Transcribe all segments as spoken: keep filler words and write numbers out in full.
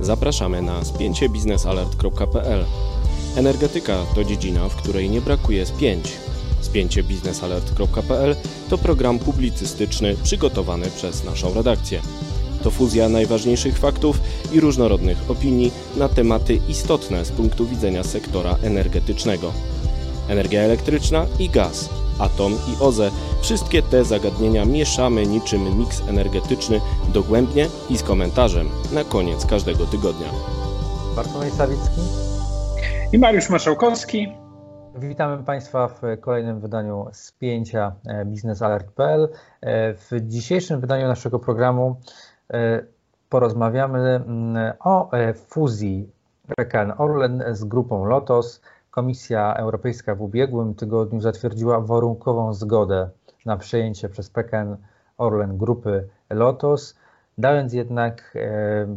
Zapraszamy na spięcie biznes alert kropka p l. Energetyka to dziedzina, w której nie brakuje spięć. spięcie biznes alert kropka p l to program publicystyczny przygotowany przez naszą redakcję. To fuzja najważniejszych faktów i różnorodnych opinii na tematy istotne z punktu widzenia sektora energetycznego. Energia elektryczna i gaz, atom i O Z E. Wszystkie te zagadnienia mieszamy niczym miks energetyczny dogłębnie i z komentarzem na koniec każdego tygodnia. Bartłomiej Sawicki i Mariusz Maszałkowski. Witamy Państwa w kolejnym wydaniu spięcia biznes alert kropka p l. W dzisiejszym wydaniu naszego programu porozmawiamy o fuzji P K N Orlen z grupą Lotos. Komisja Europejska w ubiegłym tygodniu zatwierdziła warunkową zgodę na przejęcie przez P K N Orlen grupy Lotos, dając jednak e,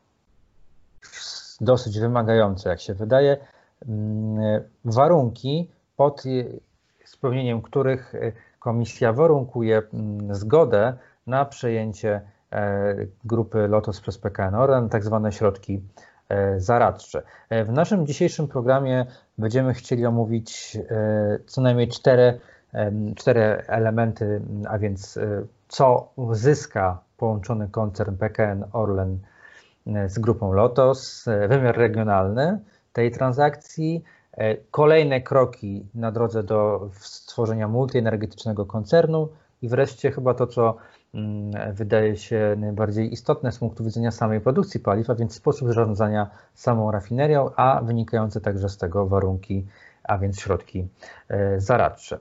dosyć wymagające, jak się wydaje, warunki, pod spełnieniem których Komisja warunkuje zgodę na przejęcie grupy Lotos przez P K N Orlen, tak zwane środki zaradcze. W naszym dzisiejszym programie będziemy chcieli omówić co najmniej cztery, cztery elementy, a więc co zyska połączony koncern P K N Orlen z grupą Lotos, wymiar regionalny tej transakcji, kolejne kroki na drodze do stworzenia multienergetycznego koncernu i wreszcie chyba to, co wydaje się najbardziej istotne z punktu widzenia samej produkcji paliw, a więc sposób zarządzania samą rafinerią, a wynikające także z tego warunki, a więc środki zaradcze.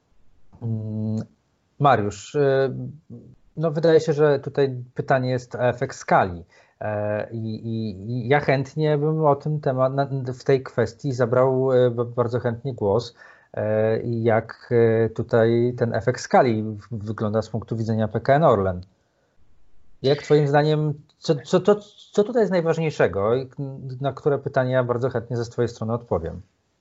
Mariusz, no wydaje się, że tutaj pytanie jest o efekt skali. I, i, I ja chętnie bym o tym temat, w tej kwestii zabrał bardzo chętnie głos. Jak tutaj ten efekt skali wygląda z punktu widzenia P K N Orlen? Jak Twoim zdaniem, co, co, co, co tutaj jest najważniejszego? Na które pytania bardzo chętnie ze Twojej strony odpowiem.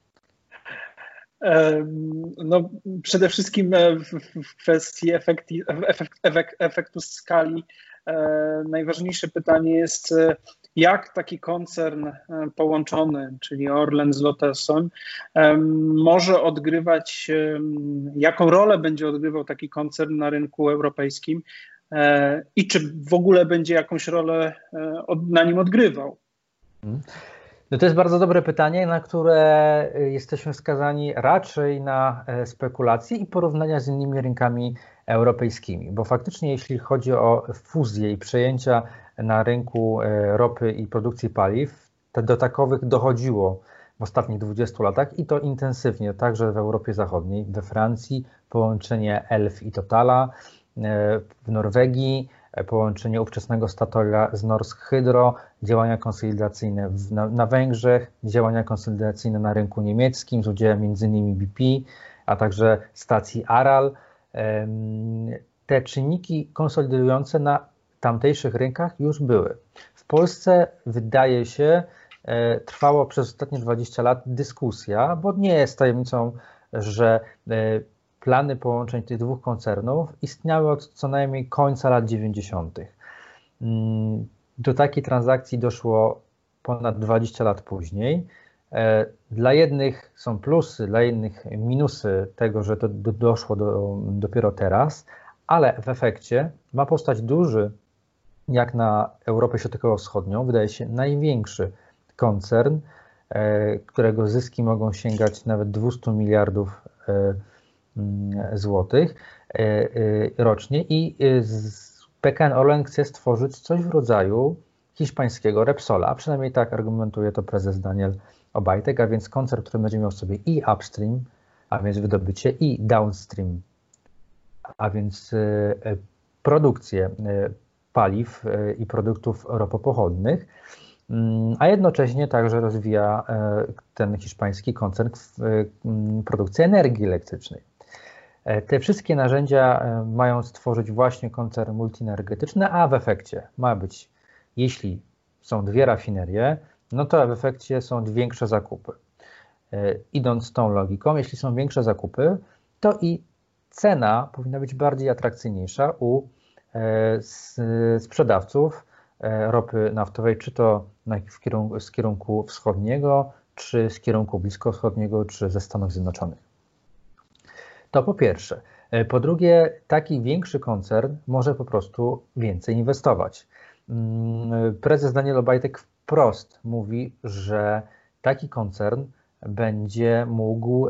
No, przede wszystkim w kwestii efektu, efekt, efektu skali najważniejsze pytanie jest, jak taki koncern połączony, czyli Orlen z Lotosem, może odgrywać, jaką rolę będzie odgrywał taki koncern na rynku europejskim i czy w ogóle będzie jakąś rolę na nim odgrywał? No to jest bardzo dobre pytanie, na które jesteśmy skazani raczej na spekulacje i porównania z innymi rynkami europejskimi, bo faktycznie jeśli chodzi o fuzję i przejęcia na rynku ropy i produkcji paliw, to do takowych dochodziło w ostatnich dwudziestu latach i to intensywnie, także w Europie Zachodniej, we Francji połączenie Elf i Totala, w Norwegii połączenie ówczesnego Statoila z Norsk Hydro, działania konsolidacyjne w, na, na Węgrzech, działania konsolidacyjne na rynku niemieckim z udziałem między innymi B P, a także stacji Aral. Te czynniki konsolidujące na tamtejszych rynkach już były. W Polsce wydaje się trwało przez ostatnie dwadzieścia lat dyskusja, bo nie jest tajemnicą, że plany połączeń tych dwóch koncernów istniały od co najmniej końca lat dziewięćdziesiątych. Do takiej transakcji doszło ponad dwadzieścia lat później. Dla jednych są plusy, dla innych minusy tego, że to doszło do, dopiero teraz, ale w efekcie ma powstać duży, jak na Europę Środkowo-Wschodnią, wydaje się największy koncern, którego zyski mogą sięgać nawet dwieście miliardów złotych rocznie i P K N Orlen chce stworzyć coś w rodzaju hiszpańskiego Repsola, a przynajmniej tak argumentuje to prezes Daniel Obajtek, a więc koncern, który będzie miał sobie i upstream, a więc wydobycie, i downstream, a więc produkcję paliw i produktów ropopochodnych, a jednocześnie także rozwija ten hiszpański koncern produkcję energii elektrycznej. Te wszystkie narzędzia mają stworzyć właśnie koncern multienergetyczny, a w efekcie ma być, jeśli są dwie rafinerie, no to w efekcie są większe zakupy. Idąc tą logiką, jeśli są większe zakupy, to i cena powinna być bardziej atrakcyjniejsza u sprzedawców ropy naftowej, czy to w kierunku, z kierunku wschodniego, czy z kierunku bliskowschodniego, czy ze Stanów Zjednoczonych. To po pierwsze. Po drugie, taki większy koncern może po prostu więcej inwestować. Prezes Daniel Obajtek wprost mówi, że taki koncern będzie mógł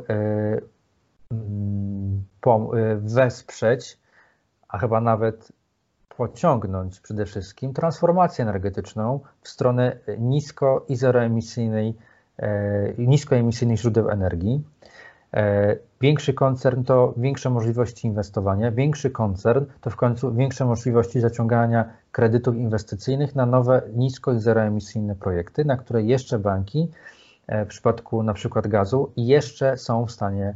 wesprzeć, a chyba nawet pociągnąć przede wszystkim transformację energetyczną w stronę nisko i zeroemisyjnej, niskoemisyjnych źródeł energii. Większy koncern to większe możliwości inwestowania, większy koncern to w końcu większe możliwości zaciągania kredytów inwestycyjnych na nowe nisko i zeroemisyjne projekty, na które jeszcze banki w przypadku na przykład gazu jeszcze są w stanie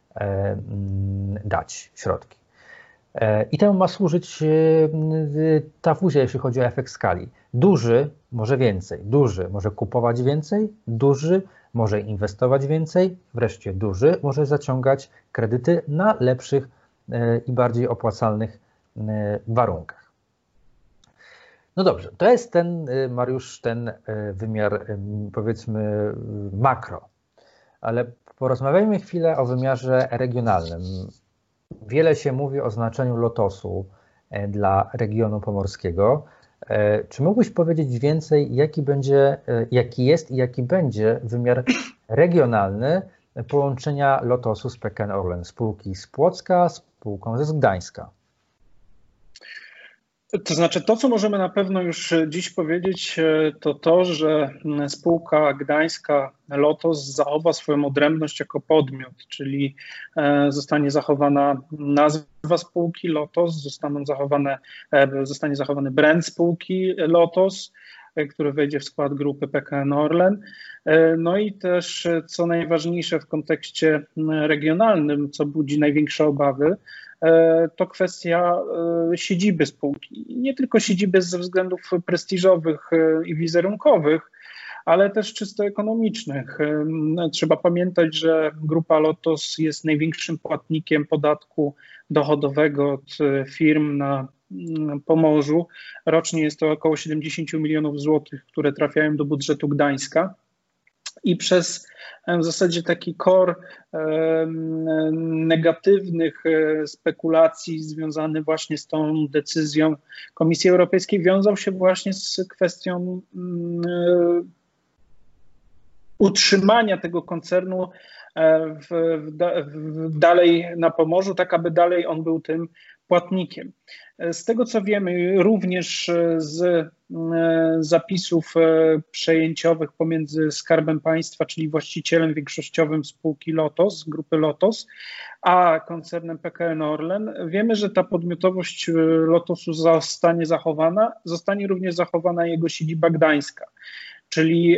dać środki. I temu ma służyć ta fuzja, jeśli chodzi o efekt skali. Duży może więcej, duży może kupować więcej, duży może inwestować więcej, wreszcie duży może zaciągać kredyty na lepszych i bardziej opłacalnych warunkach. No dobrze, to jest ten, Mariusz, ten wymiar, powiedzmy, makro, ale porozmawiajmy chwilę o wymiarze regionalnym. Wiele się mówi o znaczeniu Lotosu dla regionu pomorskiego. Czy mógłbyś powiedzieć więcej, jaki będzie, jaki jest i jaki będzie wymiar regionalny połączenia Lotosu z P K N Orlen, spółki z Płocka, spółką ze Gdańska? To znaczy to, co możemy na pewno już dziś powiedzieć, to to, że spółka gdańska Lotos zachowa swoją odrębność jako podmiot, czyli zostanie zachowana nazwa spółki Lotos, zostaną zachowane, zostanie zachowany brand spółki Lotos, który wejdzie w skład grupy P K N Orlen. No i też, co najważniejsze w kontekście regionalnym, co budzi największe obawy, to kwestia siedziby spółki. Nie tylko siedziby ze względów prestiżowych i wizerunkowych, ale też czysto ekonomicznych. Trzeba pamiętać, że grupa Lotos jest największym płatnikiem podatku dochodowego od firm na Pomorzu. Rocznie jest to około siedemdziesiąt milionów złotych, które trafiają do budżetu Gdańska. I przez w zasadzie taki kor negatywnych spekulacji związany właśnie z tą decyzją Komisji Europejskiej wiązał się właśnie z kwestią utrzymania tego koncernu w, w, dalej na Pomorzu, tak aby dalej on był tym płatnikiem. Z tego co wiemy, również z zapisów przejęciowych pomiędzy Skarbem Państwa, czyli właścicielem większościowym spółki Lotos, grupy Lotos, a koncernem P K N Orlen, wiemy, że ta podmiotowość Lotosu zostanie zachowana, zostanie również zachowana jego siedziba gdańska. Czyli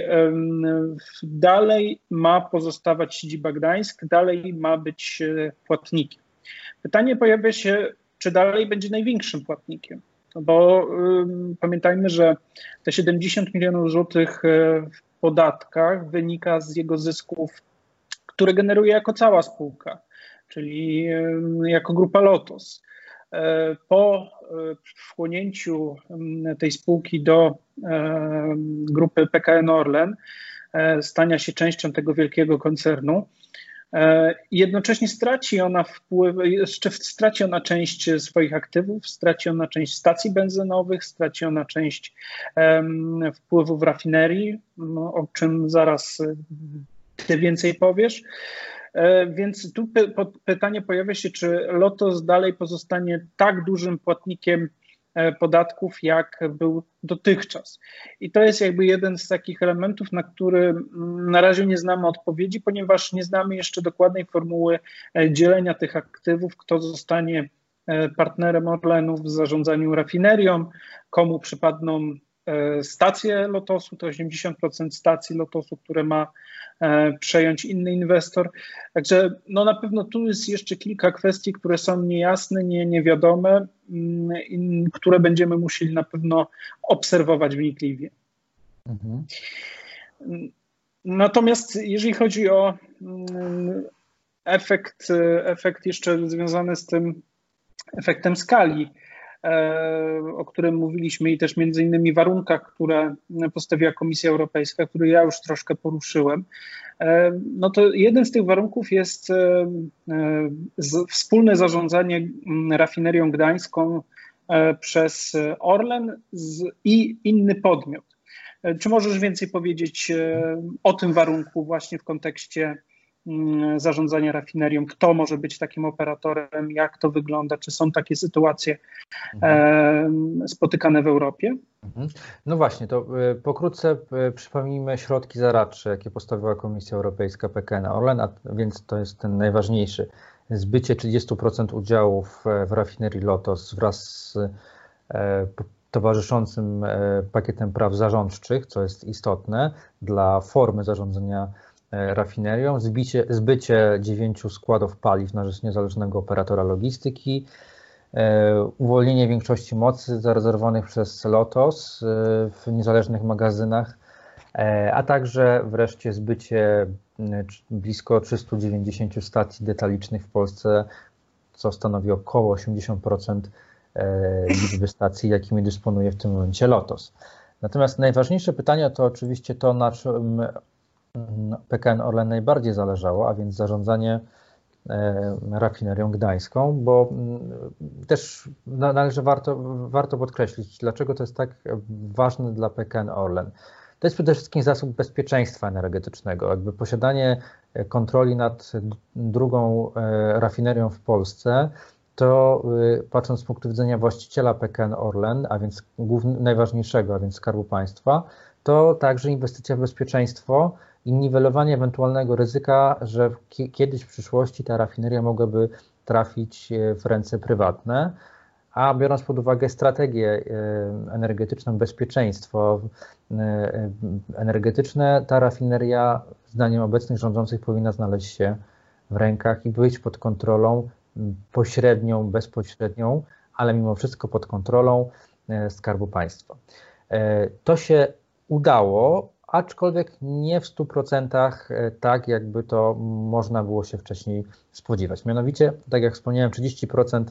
dalej ma pozostawać siedziba Gdańsk, dalej ma być płatnikiem. Pytanie pojawia się, czy dalej będzie największym płatnikiem, bo um, pamiętajmy, że te siedemdziesiąt milionów złotych w podatkach wynika z jego zysków, które generuje jako cała spółka, czyli um, jako grupa Lotos. Po wchłonięciu tej spółki do grupy P K N Orlen, stania się częścią tego wielkiego koncernu, jednocześnie straci ona wpływ, jeszcze straci ona część swoich aktywów, straci ona część stacji benzynowych, straci ona część wpływów rafinerii, o czym zaraz ty więcej powiesz. Więc tu pytanie pojawia się, czy Lotos dalej pozostanie tak dużym płatnikiem podatków, jak był dotychczas. I to jest jakby jeden z takich elementów, na który na razie nie znamy odpowiedzi, ponieważ nie znamy jeszcze dokładnej formuły dzielenia tych aktywów, kto zostanie partnerem Orlenu w zarządzaniu rafinerią, komu przypadną stacje Lotosu, to osiemdziesiąt procent stacji Lotosu, które ma przejąć inny inwestor. Także no na pewno tu jest jeszcze kilka kwestii, które są niejasne, nie, niewiadome, i które będziemy musieli na pewno obserwować wnikliwie. Mhm. Natomiast jeżeli chodzi o efekt, efekt jeszcze związany z tym efektem skali, o którym mówiliśmy i też między innymi warunkach, które postawiła Komisja Europejska, który ja już troszkę poruszyłem, no to jeden z tych warunków jest wspólne zarządzanie rafinerią gdańską przez Orlen i inny podmiot. Czy możesz więcej powiedzieć o tym warunku właśnie w kontekście zarządzania rafinerią? Kto może być takim operatorem? Jak to wygląda? Czy są takie sytuacje mhm. spotykane w Europie? No właśnie, to pokrótce przypomnijmy środki zaradcze, jakie postawiła Komisja Europejska P K N Orlen, a więc to jest ten najważniejszy. Zbycie trzydzieści procent udziałów w rafinerii Lotos wraz z towarzyszącym pakietem praw zarządczych, co jest istotne dla formy zarządzania rafinerią, zbicie, zbycie dziewięciu składów paliw na rzecz niezależnego operatora logistyki, uwolnienie większości mocy zarezerwowanych przez Lotos w niezależnych magazynach, a także wreszcie zbycie blisko trzystu dziewięćdziesięciu stacji detalicznych w Polsce, co stanowi około osiemdziesiąt procent liczby stacji, jakimi dysponuje w tym momencie Lotos. Natomiast najważniejsze pytanie to oczywiście to, na czym P K N Orlen najbardziej zależało, a więc zarządzanie rafinerią gdańską, bo też należy warto, warto podkreślić, dlaczego to jest tak ważne dla P K N Orlen. To jest przede wszystkim zasób bezpieczeństwa energetycznego. Jakby posiadanie kontroli nad drugą rafinerią w Polsce, to patrząc z punktu widzenia właściciela P K N Orlen, a więc główny, najważniejszego, a więc Skarbu Państwa, to także inwestycja w bezpieczeństwo i niwelowanie ewentualnego ryzyka, że kiedyś w przyszłości ta rafineria mogłaby trafić w ręce prywatne, a biorąc pod uwagę strategię energetyczną, bezpieczeństwo energetyczne, ta rafineria zdaniem obecnych rządzących powinna znaleźć się w rękach i być pod kontrolą pośrednią, bezpośrednią, ale mimo wszystko pod kontrolą Skarbu Państwa. To się udało, aczkolwiek nie w stu procentach tak, jakby to można było się wcześniej spodziewać. Mianowicie, tak jak wspomniałem, trzydzieści procent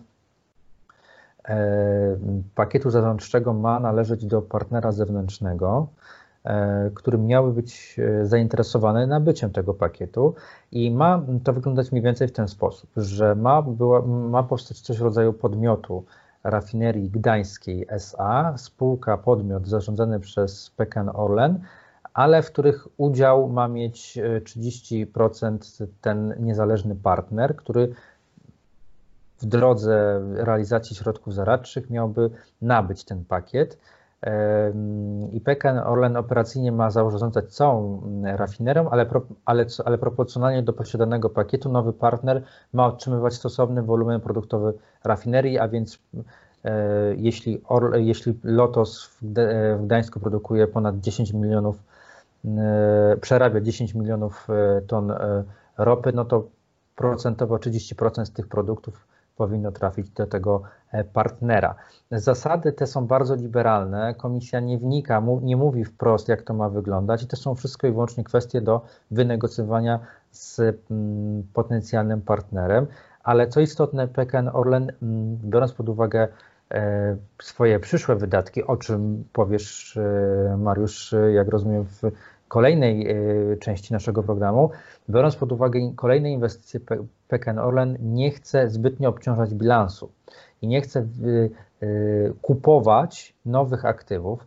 pakietu zarządczego ma należeć do partnera zewnętrznego, który miałby być zainteresowany nabyciem tego pakietu i ma to wyglądać mniej więcej w ten sposób, że ma, była, ma powstać coś w rodzaju podmiotu rafinerii gdańskiej S A, spółka, podmiot zarządzany przez P K N Orlen, ale w których udział ma mieć trzydzieści procent ten niezależny partner, który w drodze realizacji środków zaradczych miałby nabyć ten pakiet. I P K N Orlen operacyjnie ma zarządzać całą rafinerią, ale, pro, ale, ale proporcjonalnie do posiadanego pakietu nowy partner ma otrzymywać stosowny wolumen produktowy rafinerii, a więc e, jeśli, Or, jeśli Lotos w, w Gdańsku produkuje ponad dziesięć milionów, e, przerabia dziesięć milionów ton e, ropy, no to procentowo trzydzieści procent z tych produktów powinno trafić do tego partnera. Zasady te są bardzo liberalne, komisja nie wnika, nie mówi wprost, jak to ma wyglądać i to są wszystko i wyłącznie kwestie do wynegocjowania z potencjalnym partnerem, ale co istotne, P K N Orlen, biorąc pod uwagę swoje przyszłe wydatki, o czym powiesz, Mariusz, jak rozumiem, w kolejnej części naszego programu, biorąc pod uwagę kolejne inwestycje, P K N Orlen nie chce zbytnio obciążać bilansu i nie chce kupować nowych aktywów,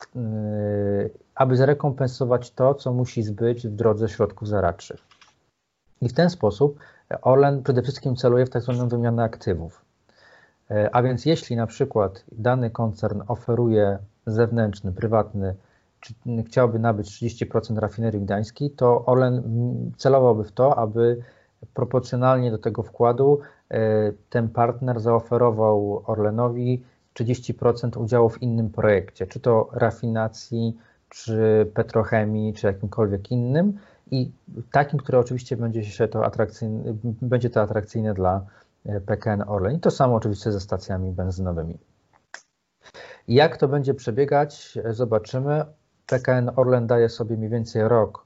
aby zrekompensować to, co musi zbyć w drodze środków zaradczych. I w ten sposób Orlen przede wszystkim celuje w tak zwaną wymianę aktywów. A więc jeśli na przykład dany koncern oferuje zewnętrzny, prywatny, czy chciałby nabyć trzydzieści procent rafinerii gdańskiej, to Orlen celowałby w to, aby proporcjonalnie do tego wkładu ten partner zaoferował Orlenowi trzydzieści procent udziału w innym projekcie, czy to rafinacji, czy petrochemii, czy jakimkolwiek innym i takim, które oczywiście będzie się to atrakcyjne, będzie to atrakcyjne dla P K N Orlen. I to samo oczywiście ze stacjami benzynowymi. Jak to będzie przebiegać, zobaczymy. P K N Orlen daje sobie mniej więcej rok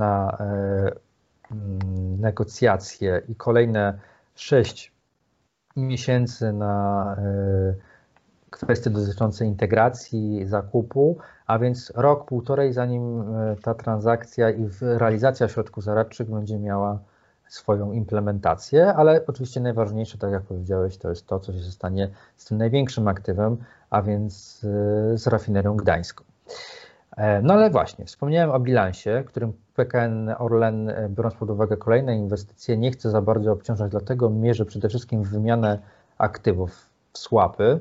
na negocjacje i kolejne sześć miesięcy na kwestie dotyczące integracji, zakupu, a więc rok, półtorej, zanim ta transakcja i realizacja środków zaradczych będzie miała swoją implementację, ale oczywiście najważniejsze, tak jak powiedziałeś, to jest to, co się stanie z tym największym aktywem, a więc z rafinerią gdańską. No ale właśnie, wspomniałem o bilansie, którym P K N Orlen, biorąc pod uwagę kolejne inwestycje, nie chce za bardzo obciążać, dlatego mierzy przede wszystkim w wymianę aktywów w swapy.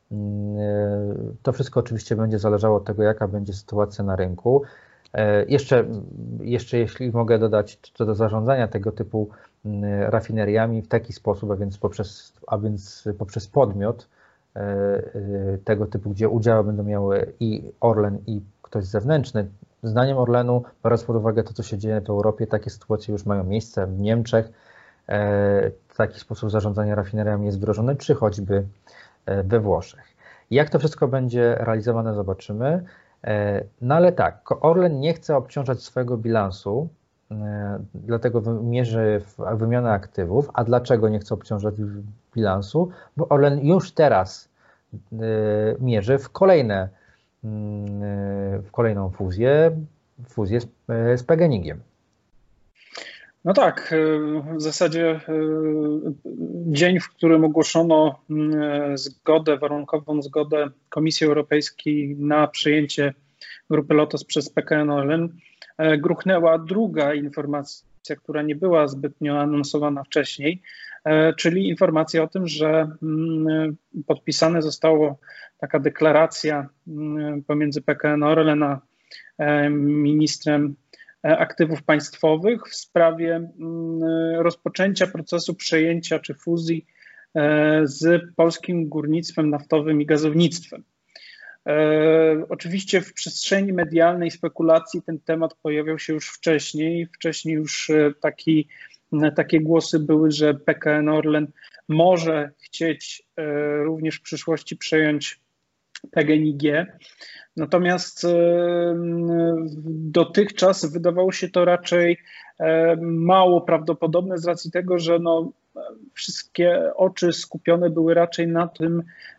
To wszystko oczywiście będzie zależało od tego, jaka będzie sytuacja na rynku. Jeszcze, jeszcze jeśli mogę dodać, co do zarządzania tego typu rafineriami w taki sposób, a więc poprzez, a więc poprzez podmiot tego typu, gdzie udziały będą miały i Orlen, i ktoś zewnętrzny. Zdaniem Orlenu, biorąc pod uwagę to, co się dzieje w Europie, takie sytuacje już mają miejsce w Niemczech. Taki sposób zarządzania rafineriami jest wdrożony, czy choćby we Włoszech. Jak to wszystko będzie realizowane, zobaczymy. No ale tak, Orlen nie chce obciążać swojego bilansu, dlatego mierzy wymianę aktywów. A dlaczego nie chce obciążać bilansu? Bo Orlen już teraz mierzy w kolejne, w kolejną fuzję, fuzję z, z P G N I G-iem. No tak, w zasadzie dzień, w którym ogłoszono zgodę, warunkową zgodę Komisji Europejskiej na przyjęcie grupy Lotos przez P K N Orlen, gruchnęła druga informacja, która nie była zbytnio anonsowana wcześniej, czyli informacja o tym, że podpisane została taka deklaracja pomiędzy P K N Orlen a ministrem aktywów państwowych w sprawie rozpoczęcia procesu przejęcia czy fuzji z polskim górnictwem naftowym i gazownictwem. Oczywiście w przestrzeni medialnej spekulacji ten temat pojawiał się już wcześniej. Wcześniej już taki, takie głosy były, że P K N Orlen może chcieć również w przyszłości przejąć P G N I G. Natomiast dotychczas wydawało się to raczej mało prawdopodobne z racji tego, że no, wszystkie oczy skupione były raczej na tym,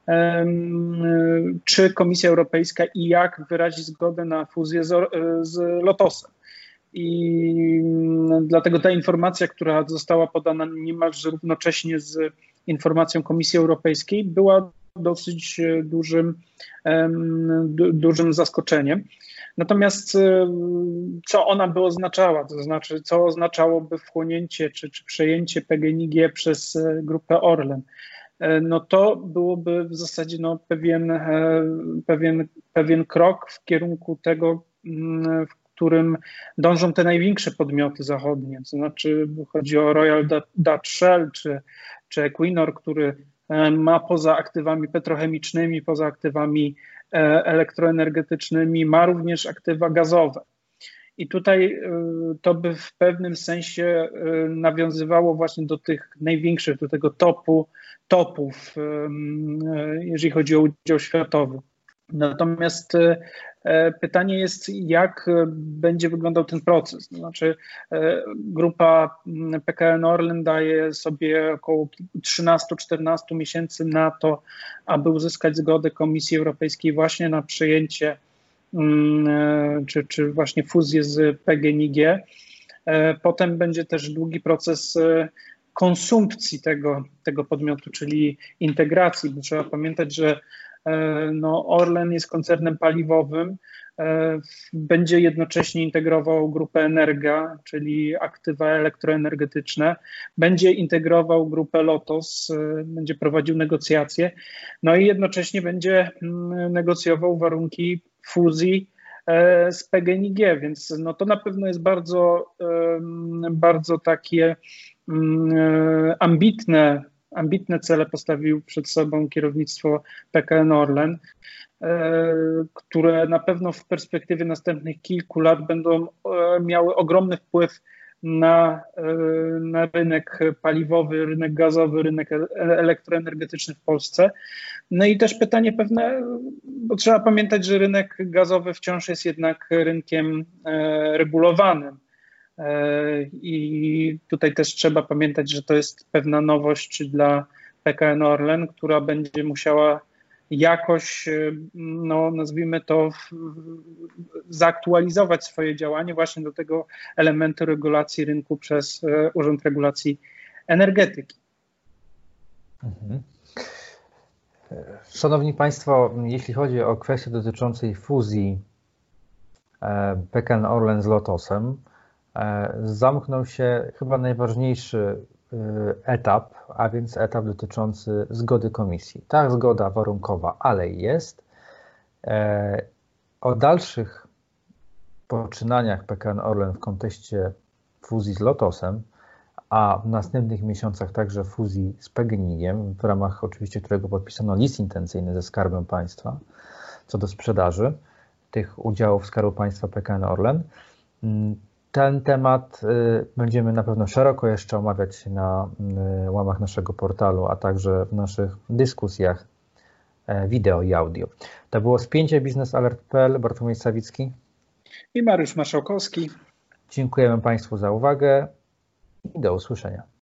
czy Komisja Europejska i jak wyrazi zgodę na fuzję z, z Lotosem. I dlatego ta informacja, która została podana niemalże równocześnie z informacją Komisji Europejskiej, była dosyć dużym, du, dużym zaskoczeniem. Natomiast co ona by oznaczała, to znaczy co oznaczałoby wchłonięcie czy, czy przejęcie P G N I G przez grupę Orlen, no to byłoby w zasadzie no, pewien, pewien, pewien krok w kierunku tego, w którym dążą te największe podmioty zachodnie, to znaczy chodzi o Royal Dutch Shell czy, czy Equinor, który ma poza aktywami petrochemicznymi, poza aktywami elektroenergetycznymi, ma również aktywa gazowe. I tutaj to by w pewnym sensie nawiązywało właśnie do tych największych, do tego topu, topów, jeżeli chodzi o udział światowy. Natomiast pytanie jest, jak będzie wyglądał ten proces. To znaczy grupa P K N Orlen daje sobie około trzynaście do czternastu miesięcy na to, aby uzyskać zgodę Komisji Europejskiej właśnie na przejęcie czy, czy właśnie fuzję z P G N I G. Potem będzie też długi proces konsumpcji tego, tego podmiotu, czyli integracji, bo trzeba pamiętać, że no, Orlen jest koncernem paliwowym, będzie jednocześnie integrował grupę Energa, czyli aktywa elektroenergetyczne, będzie integrował grupę Lotos, będzie prowadził negocjacje, no i jednocześnie będzie negocjował warunki fuzji z P G N I G, więc no, to na pewno jest bardzo, bardzo takie ambitne Ambitne cele postawił przed sobą kierownictwo P K N Orlen, które na pewno w perspektywie następnych kilku lat będą miały ogromny wpływ na, na rynek paliwowy, rynek gazowy, rynek elektroenergetyczny w Polsce. No i też pytanie pewne, bo trzeba pamiętać, że rynek gazowy wciąż jest jednak rynkiem regulowanym. I tutaj też trzeba pamiętać, że to jest pewna nowość dla P K N Orlen, która będzie musiała jakoś, no nazwijmy to, zaktualizować swoje działanie właśnie do tego elementu regulacji rynku przez Urząd Regulacji Energetyki. Mhm. Szanowni Państwo, jeśli chodzi o kwestię dotyczącej fuzji P K N Orlen z Lotosem, zamknął się chyba najważniejszy etap, a więc etap dotyczący zgody komisji. Ta zgoda warunkowa, ale jest. O dalszych poczynaniach P K N Orlen w kontekście fuzji z Lotosem, a w następnych miesiącach także fuzji z P G N iG-iem, w ramach oczywiście którego podpisano list intencyjny ze Skarbem Państwa co do sprzedaży tych udziałów Skarbu Państwa P K N Orlen. Ten temat będziemy na pewno szeroko jeszcze omawiać na łamach naszego portalu, a także w naszych dyskusjach wideo i audio. To było Spięcie Biznes Alert kropka p l. Bartłomiej Sawicki i Mariusz Marszałkowski. Dziękujemy Państwu za uwagę i do usłyszenia.